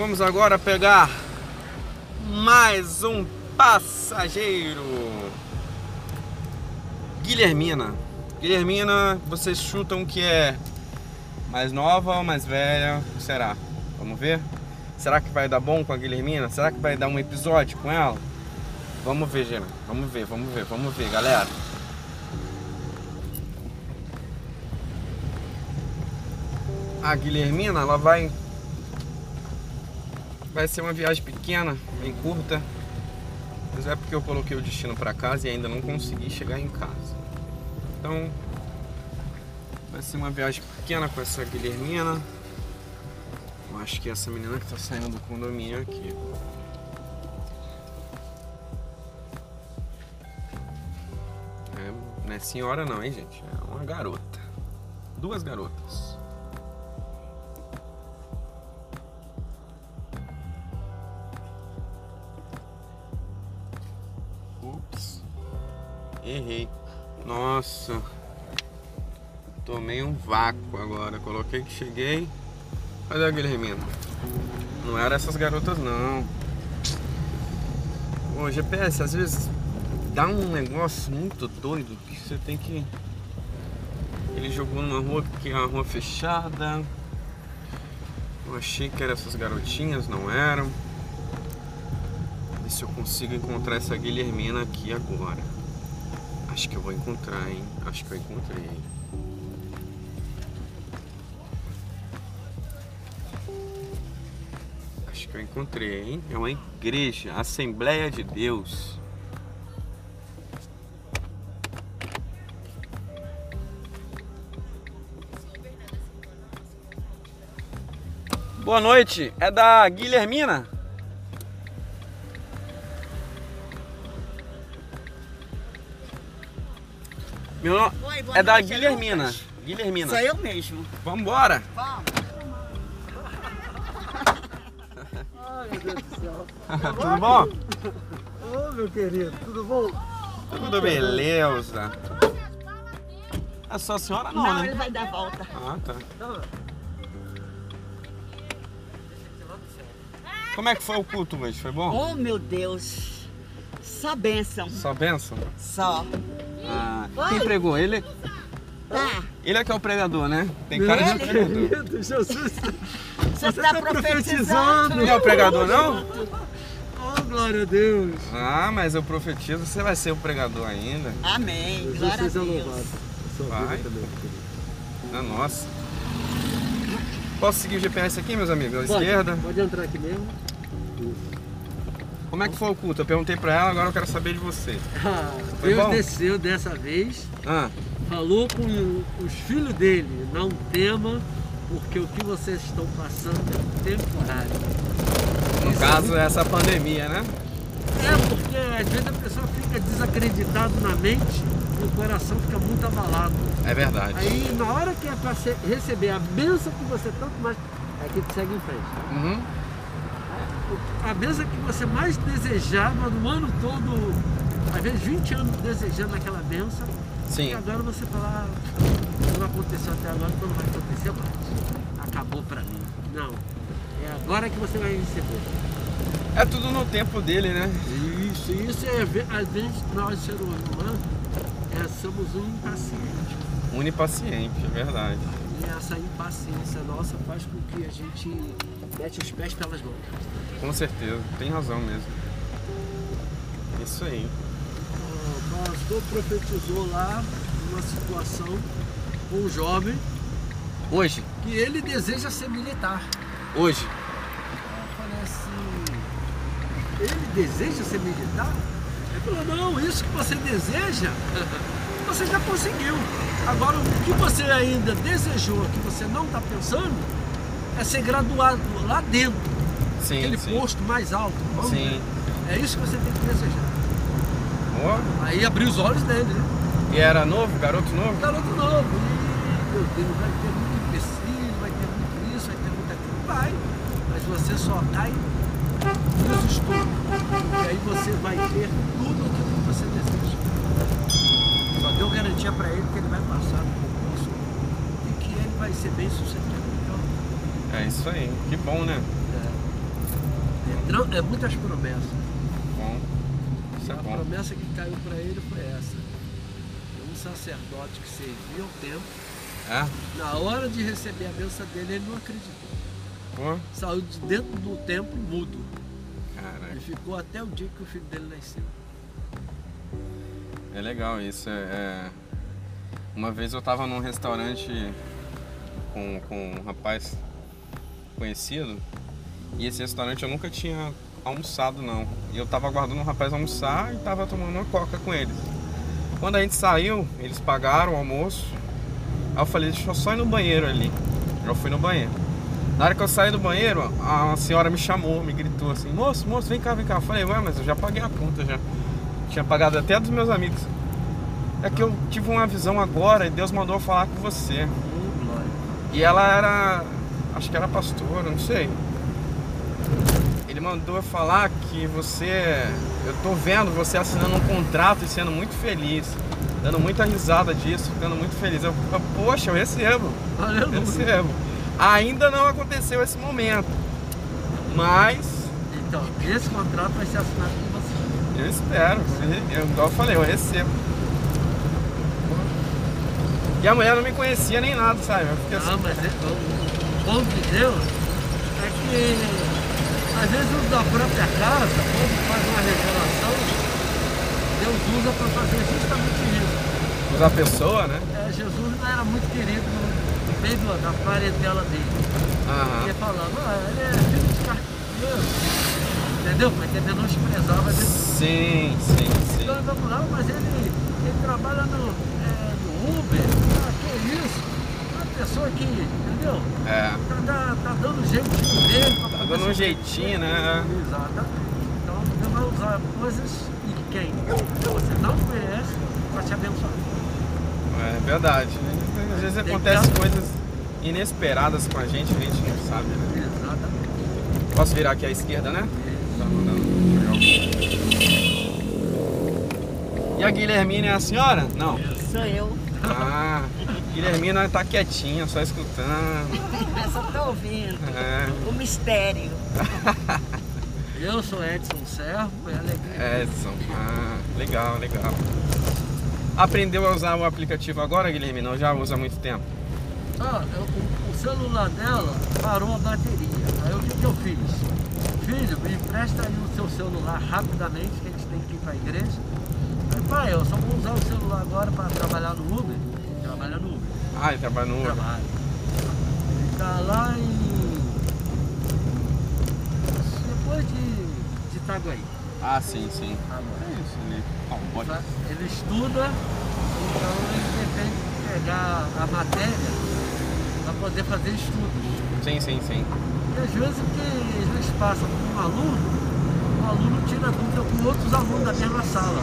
vamos agora pegar mais um passageiro. Guilhermina. Guilhermina, vocês chutam que é mais nova ou mais velha? O que será? Vamos ver? Será que vai dar bom com a Guilhermina? Será que vai dar um episódio com ela? Vamos ver, Gina. Vamos ver, galera. A Guilhermina, ela vai ser uma viagem pequena, bem curta. Mas é porque eu coloquei o destino para casa e ainda não consegui chegar em casa. Então, vai ser uma viagem pequena com essa Guilhermina. Eu acho que é essa menina que tá saindo do condomínio aqui. Não é senhora não, hein, gente? É uma garota. Duas garotas. Ups. Errei. Nossa. Tomei um vácuo agora. Coloquei que cheguei. Cadê a Guilhermina? Não era essas garotas não. O GPS às vezes dá um negócio muito doido que você tem que... Ele jogou numa rua que é uma rua fechada. Eu achei que eram essas garotinhas, não eram. Ver se eu consigo encontrar essa Guilhermina aqui agora. Acho que eu vou encontrar, hein? Acho que eu encontrei. Acho que eu encontrei, hein? É uma igreja, Assembleia de Deus. Boa noite, é da Guilhermina? Meu nome é da Guilhermina. Guilhermina. Sou eu mesmo. Vamos embora? Vamos. Ai, meu Deus do céu. Tudo bom? Ô, meu querido, tudo bom? Tudo beleza. É só a senhora não, Não, né? ele vai dar a volta. Ah, tá. Como é que foi o culto hoje? Foi bom? Oh, meu Deus. Só bênção. Só bênção? Só. Ah, quem pregou? Ele Tá. é que é o pregador, né? Tem cara de pregador. Querido Jesus, Você está profetizando. Não é o pregador, não? Oh, glória a Deus. Ah, mas eu profetizo, você vai ser o pregador ainda. Amém. Glória a Jesus é louvado. Deus. A sua Vai. vida também, querido. Ah, nossa. Posso seguir o GPS aqui, meus amigos? À Pode, esquerda? pode entrar aqui mesmo. Como é que foi o culto? Eu perguntei pra ela, agora eu quero saber de você. Ah, Foi Deus bom? desceu dessa vez, Ah, falou com os filhos dele, não tema, porque o que vocês estão passando é temporário. no caso, essa pandemia, né? É, porque às vezes a pessoa fica desacreditada na mente e o coração fica muito abalado. É verdade. Aí na hora que é para receber a bênção que você tanto mais, é que tu segue em frente. Uhum. A bênção que você mais desejava no ano todo, às vezes 20 anos desejando aquela bênção, Sim. e agora você fala, não aconteceu até agora, então não vai acontecer mais. Acabou pra mim. Não. É agora que você vai receber. É tudo no tempo dele, né? Isso é, às vezes nós, seres humanos, somos um impaciente. Unipaciente, é verdade. E essa impaciência nossa faz com que a gente mete os pés pelas mãos. Com certeza, tem razão mesmo. Isso aí. O pastor profetizou lá uma situação com um jovem Hoje? que ele deseja ser militar. Hoje? Eu falei assim, ele deseja ser militar? Ele falou, não, isso que você deseja, você já conseguiu. Agora, o que você ainda desejou, que você não está pensando, é ser graduado lá dentro. Sim, Aquele sim. posto mais alto. Vamos Sim. ver. É isso que você tem que desejar. Ó, Aí abriu os olhos dele, né? e era novo, garoto novo? Garoto novo. E, meu Deus, vai ter muito empecilho, vai ter muito isso, vai ter muito aquilo. Vai. Mas você só cai nos estudos. E aí você vai ter tudo aquilo que você deseja. Só deu garantia para ele que ele vai passar no concurso e que ele vai ser bem sucedido. Então, É isso aí, que bom, né? É muitas promessas. Bom, isso é A bom. promessa que caiu para ele foi essa. Um sacerdote que servia o templo, É? na hora de receber a bênção dele, ele não acreditou. Pô, Saiu de dentro do templo mudo. caraca. E ficou até o dia que o filho dele nasceu. É legal isso. Uma vez eu tava num restaurante com um rapaz conhecido, e esse restaurante eu nunca tinha almoçado não. E eu tava aguardando um rapaz almoçar e tava tomando uma coca com eles. Quando a gente saiu, eles pagaram o almoço. Aí eu falei, deixa eu só ir no banheiro ali. Eu fui no banheiro. Na hora que eu saí do banheiro, a senhora me chamou, me gritou assim, moço, vem cá. Eu falei, ué, mas eu já paguei a conta já. Tinha pagado até dos meus amigos. É que eu tive uma visão agora e Deus mandou eu falar com você. Glória. E ela era, acho que era pastora, não sei. Ele mandou eu falar que você, eu tô vendo você assinando um contrato e sendo muito feliz, dando muita risada disso, ficando muito feliz. Eu, poxa, eu recebo. Eu Aleluia. recebo. Ainda não aconteceu esse momento, mas Então, esse contrato vai ser assinado com você. eu espero. Igual eu falei, eu recebo. E a mulher não me conhecia nem nada, sabe? Eu fiquei Não, assim, mas o bom de Deus é que às vezes o da própria casa, quando faz uma revelação, Deus usa para fazer justamente isso. usar a pessoa, né? Jesus não era muito querido no meio da parentela dele. Aham. Ele falava, ele é filho de carpinteiro. Entendeu? Porque ele menosprezava Jesus. Sim. Então ele falou, não, mas ele trabalha no Uber. Ah, que isso? Uma pessoa que, entendeu? É. Tá dando um jeitinho dele. Tá dando um jeitinho, né? Exatamente. Então Deus vai usar coisas e quem você não conhece para te abençoar. É verdade. Às vezes acontecem coisas inesperadas com a gente não sabe, né? Exatamente. Posso virar aqui à esquerda, né? Tá mandando. E a Guilhermina é a senhora? Não. Sou eu. Ah, Guilhermina tá quietinha, só escutando. Eu só tô ouvindo. É. O mistério. Eu sou Edson Servo, é alegria. Edson. Ah, legal. Aprendeu a usar o aplicativo agora, Guilhermina? Ou já usa há muito tempo? O celular dela parou a bateria. Aí o que eu fiz? Filho, me empresta aí o seu celular rapidamente, que a gente tem que ir para a igreja. Aí, pai, eu só vou usar o celular agora para trabalhar no Uber. Ele trabalha no Uber. Ah, ele trabalha no Uber. Trabalha. Ele tá lá depois de Itaguaí. Ah, sim. Agora. É isso ali. Ah, pode. Ele estuda, então ele pretende pegar a matéria para poder fazer estudos. Sim. E às vezes o que eles passam por um aluno, o aluno tira dúvida com outros alunos da mesma sala.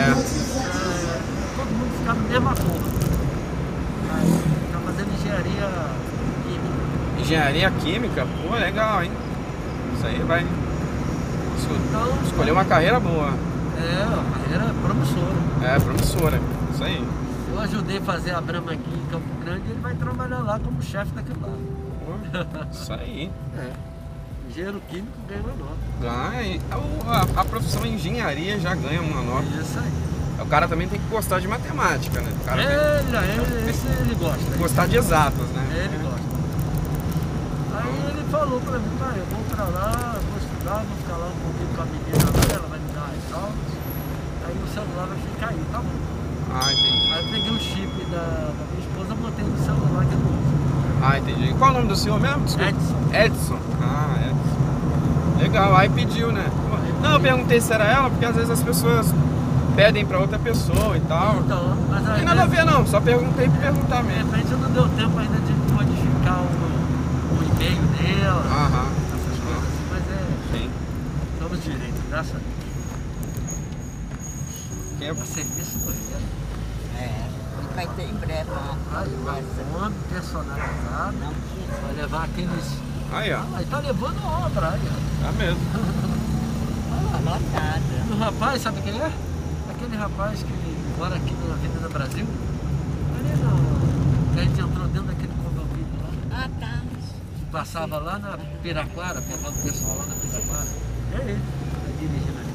Todo mundo fica na mesma cor. Aí está fazendo engenharia química. Engenharia química? Pô, legal, hein? Isso aí vai Então, escolher uma carreira boa. a carreira é promissora. É, promissora. Isso aí. Eu ajudei a fazer a Brahma aqui em Campo Grande e ele vai trabalhar lá como chefe daquilo lá. Pô, isso aí. Engenheiro químico ganha uma nota. Ganha. A profissão engenharia já ganha uma nota. Isso aí. O cara também tem que gostar de matemática, né? O cara Esse ele gosta. tem que gostar de exatas, né? Ele gosta. Aí ele falou pra mim, pai, eu vou pra lá, vou estudar, vou ficar lá um pouquinho com a menina lá, ela vai me dar as aulas. Aí o celular vai ficar aí, tá bom. Ah, entendi. Aí eu peguei o chip da minha esposa, botei no celular que eu não uso. Ah, entendi. Qual é o nome do senhor mesmo? Desculpa. Edson. Ah, Edson. Legal, aí pediu, né? Não, eu perguntei se era ela, porque às vezes as pessoas pedem pra outra pessoa e tal. Então, mas Não aí tem nada a ver não, só perguntei pra perguntar de mesmo. repente não deu tempo ainda de modificar o e-mail dela, Aham. essas coisas assim, mas Sim. estamos direito, graças a Deus. Quem é- A serviço do rei. Ele vai ter em breve uma Nome personalizado, Não precisa. vai levar aqueles. Aí, ó. Aí tá levando a obra, aí, ó. Tá mesmo. Lotada. O rapaz, sabe quem é? Aquele rapaz que mora aqui na Avenida Brasil. Ali no. Que a gente entrou dentro daquele condomínio lá. Ah, tá. Que passava lá na Piraquara, pegando o pessoal lá na Piraquara. É ele. Tá dirigindo ali.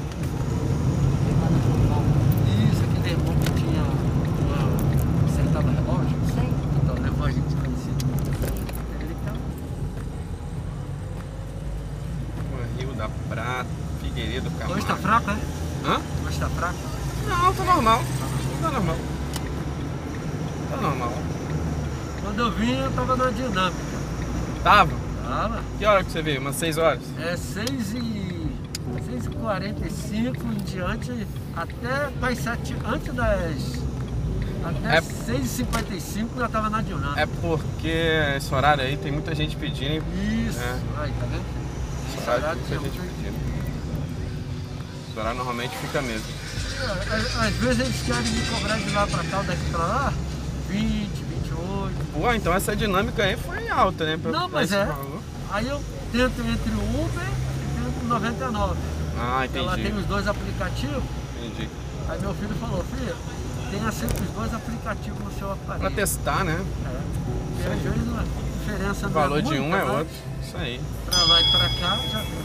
Isso, aquele irmão que tinha uma sentado relógio. Sei. Então levou a gente conhecido. Ele tá. Rio da Prata, Figueiredo, Camargo. Hoje tá fraco, é? Hã? Hoje tá fraco? Não, tá normal. Tá normal. Tá normal. Quando eu vim, eu tava na dinâmica. Tava? Tava. Que hora que você veio? Umas 6 horas? É 6h45 em diante, até mais 7, antes das... Até 6h55 eu tava na dinâmica. É porque esse horário aí tem muita gente pedindo. Isso. É. Aí, tá vendo? Esse horário tem muita gente pedindo. Esse horário normalmente fica mesmo. Às vezes eles querem me cobrar de lá pra cá, daqui pra lá, 20, 28. Pô, então essa dinâmica aí foi alta, né? Não, mas é. Aí eu tento entre o Uber e tento o 99. Ah, entendi. Ela tem os dois aplicativos. Entendi. Aí meu filho falou, filho, tenha sempre os dois aplicativos no seu aparelho. Pra testar, né? É. Porque às vezes a diferença O não valor é de muita, um é né? outro. Isso aí. Pra lá e pra cá já tem.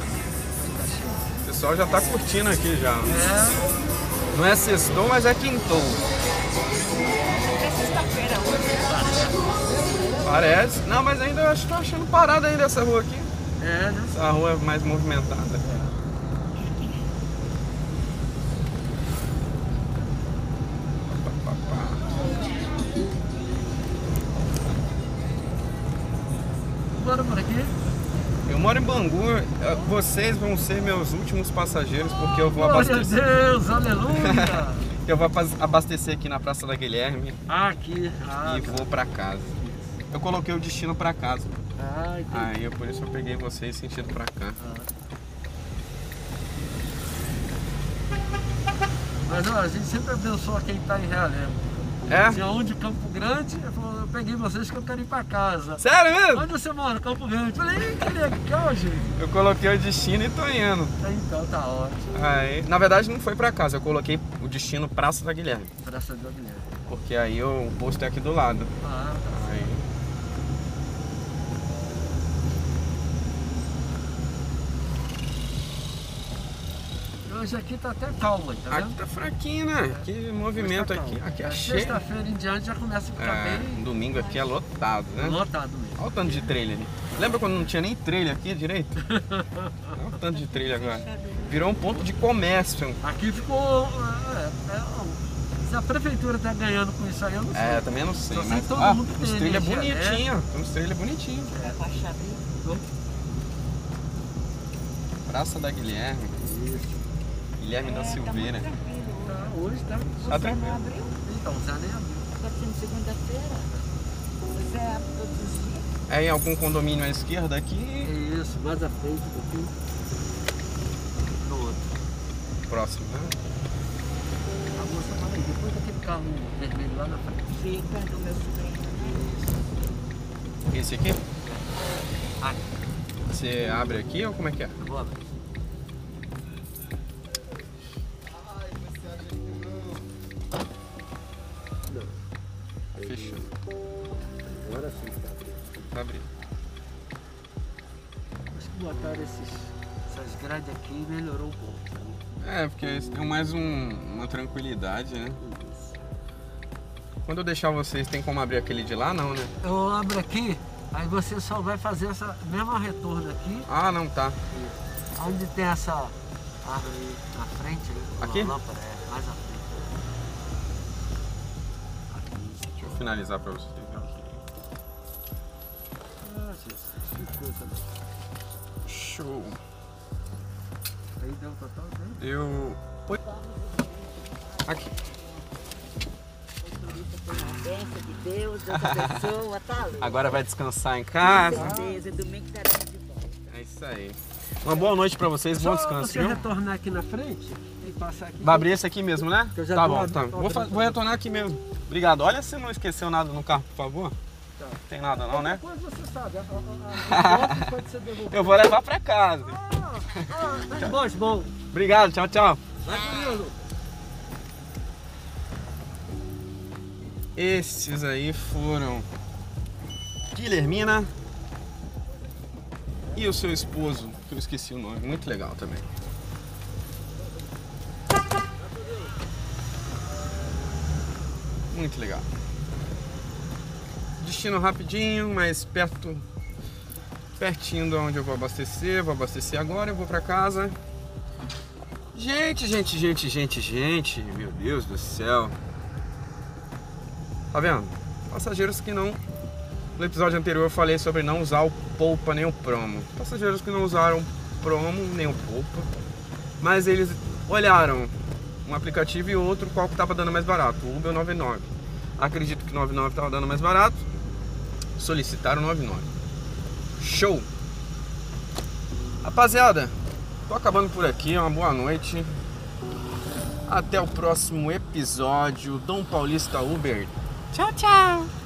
O pessoal já tá curtindo aqui já. É. Não é sextou, mas é quintou. É sexta-feira hoje. Parece. Não, mas ainda eu acho que tô achando parada ainda essa rua aqui. É, né? Essa rua é mais movimentada. Bora por aqui. Eu moro em Bangu, vocês vão ser meus últimos passageiros porque eu vou Glória a abastecer. Deus, aleluia. Eu vou abastecer aqui na Praça da Guilherme Aqui. e vou pra casa. Eu coloquei o destino pra casa. Entendi. Aí por isso eu peguei vocês sentido pra cá. Mas ó, a gente sempre abençoa quem tá em Realengo. É? Se aonde Campo Grande, eu peguei vocês que eu quero ir pra casa. Sério mesmo? Onde você mora? Campo Grande. Eu falei, "Ih, que legal, gente." Eu coloquei o destino e tô indo. Então tá ótimo. Aí, na verdade não foi pra casa, eu coloquei o destino Praça da Guilherme. Graças a Deus, Guilherme. Porque aí o posto é aqui do lado. Ah, tá. Aí. Hoje aqui tá até calma, tá Aqui vendo? tá fraquinho, né? Que movimento Hoje tá aqui. calmo. Aqui é cheio. Sexta-feira em diante já começa a ficar bem Domingo aqui é lotado, né? lotado mesmo. Olha o tanto de trailer ali. Lembra quando não tinha nem trailer aqui direito? Olha o tanto de trailer agora. Virou um ponto de comércio. Aqui ficou... se a prefeitura tá ganhando com isso aí, eu não sei. É, também não sei. Só sei Mas que todo mundo os tem trailer energia bonitinhos. Tem uns trailer bonitinhos. É pra abrir. Praça da Guilherme. Guilherme da Silveira. Tá muito tranquilo. Tá, hoje tá. Tá Você não tranquilo. abriu? Então, já nem abriu. Tá sendo segunda-feira. Você abre todos os dias? É em algum condomínio à esquerda aqui. Isso, mais à frente um pouquinho. No outro. Próximo, né? A moça fala aí, depois daquele carro vermelho lá na frente. Fica do meu sobrinho, né? Esse aqui? Aqui, Você abre aqui ou como é que é? eu vou abrir. Fechou. Agora sim tá abrindo. Tá abrindo. Acho que botaram essas grades aqui e melhorou um pouco, sabe? É, porque eles têm mais uma tranquilidade, né? Isso. Quando eu deixar vocês, tem como abrir aquele de lá? Não, né? Eu abro aqui, aí você só vai fazer essa mesma retorno aqui, Ah, não, tá. onde tem essa árvore na frente aí. Aqui? Uma lâmpada, mais à frente. Deixa eu finalizar pra vocês. Ah, Jesus, que coisa. Show. Aí deu um total, né? Eu... Oi. Aqui. A bênção de Deus, Deus abençoa, tá louco. Agora vai descansar em casa. Com certeza, domingo estaremos de volta. É isso aí. Uma boa noite pra vocês, bom descanso, você viu? retornar aqui na frente e passar aqui. Vai abrir esse aqui mesmo, né? Eu já Tá tô bom, abrindo, tá. Vou retornar aqui mesmo. Obrigado. Olha se não esqueceu nada no carro, por favor. Tá. Tem nada não, né? Depois você sabe, a moto pode ser devolvida. Eu vou levar pra casa. Bom. Obrigado, tchau, tchau. Vai comigo. Esses aí foram Guilhermina e o seu esposo, que eu esqueci o nome. Muito legal também. Muito legal. Destino rapidinho, mas pertinho de onde eu vou abastecer. Vou abastecer agora, eu vou pra casa. Gente, meu Deus do céu. Tá vendo? Passageiros que não... No episódio anterior eu falei sobre não usar o Poupa nem o Promo. Passageiros que não usaram o Promo nem o Poupa, mas eles olharam um aplicativo e outro, qual que tava dando mais barato, o Uber 99. Acredito que o 99 tava dando mais barato, solicitaram o 99. Show! Rapaziada, tô acabando por aqui, uma boa noite. Até o próximo episódio. Dom Paulista Uber. Tchau, tchau!